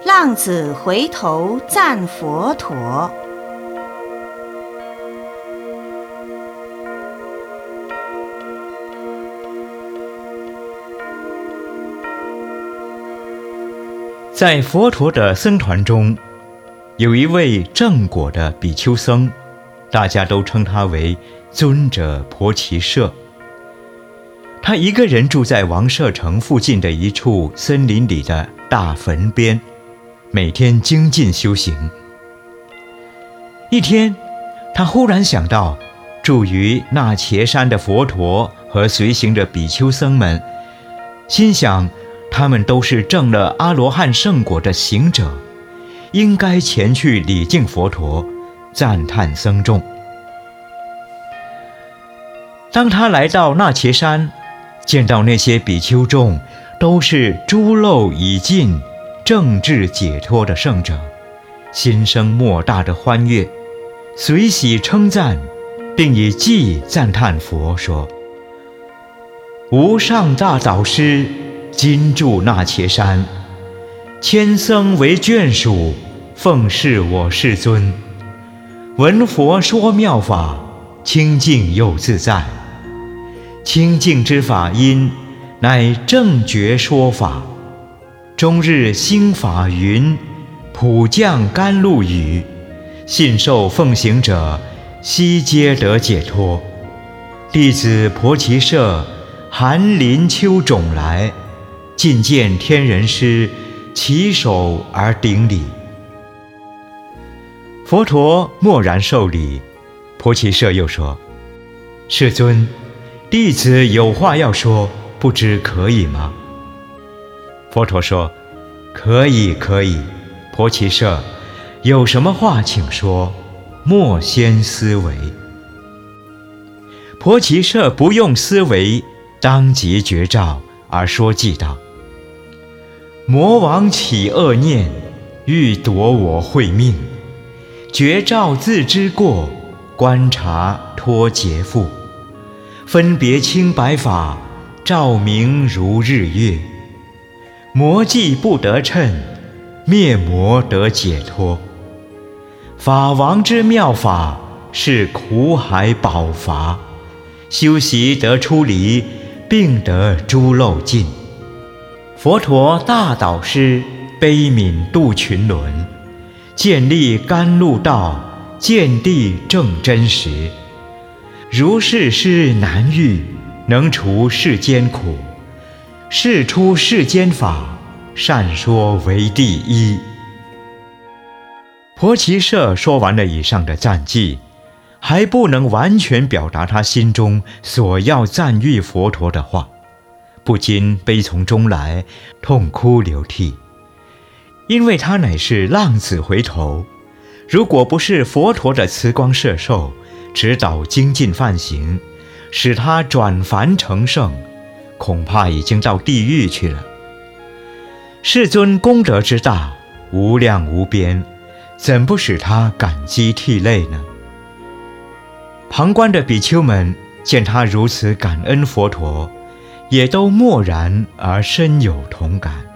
浪子回头赞佛陀。 在佛陀的僧团中，有一位正果的比丘僧，大家都称他为尊者婆耆舍。他一个人住在王舍城附近的一处森林里的大坟边，每天精进修行。一天，他忽然想到住于那伽山的佛陀和随行的比丘僧们，心想他们都是证了阿罗汉圣果的行者，应该前去礼敬佛陀，赞叹僧众。当他来到那伽山，见到那些比丘众都是诸漏已尽、正智解脱的圣者，心生莫大的欢悦，随喜称赞，并以偈赞叹佛说：无上大导师今住那伽山，千僧为眷属，奉侍我世尊。闻佛说妙法，清净又自在。清净之法音，乃正觉说法。终日兴法云，普降甘露雨，信受奉行者，悉皆得解脱。弟子婆耆舍，寒林秋种来，尽见天人师，起手而顶礼。佛陀默然受礼。婆耆舍又说：世尊，弟子有话要说，不知可以吗？佛陀说：可以，可以。婆耆舍，有什么话请说，莫先思维。婆耆舍不用思维，当即觉照而说偈道：魔王起恶念，欲夺我慧命，觉照自知过，观察脱劫缚。分别清白法，照明如日月。魔迹不得趁，灭魔得解脱。法王之妙法，是苦海宝筏。修习得出离，并得诸漏尽。佛陀大导师，悲悯度群伦。建立甘露道，见地正真实。如是师难遇，能除世间苦。是出世间法，善说为第一。婆耆舍说完了以上的赞偈，还不能完全表达他心中所要赞誉佛陀的话，不禁悲从中来，痛哭流涕。因为他乃是浪子回头，如果不是佛陀的慈光摄受，指导精进梵行，使他转凡成圣，恐怕已经到地狱去了。世尊功德之大，无量无边，怎不使他感激涕泪呢？旁观的比丘们见他如此感恩佛陀，也都默然而深有同感。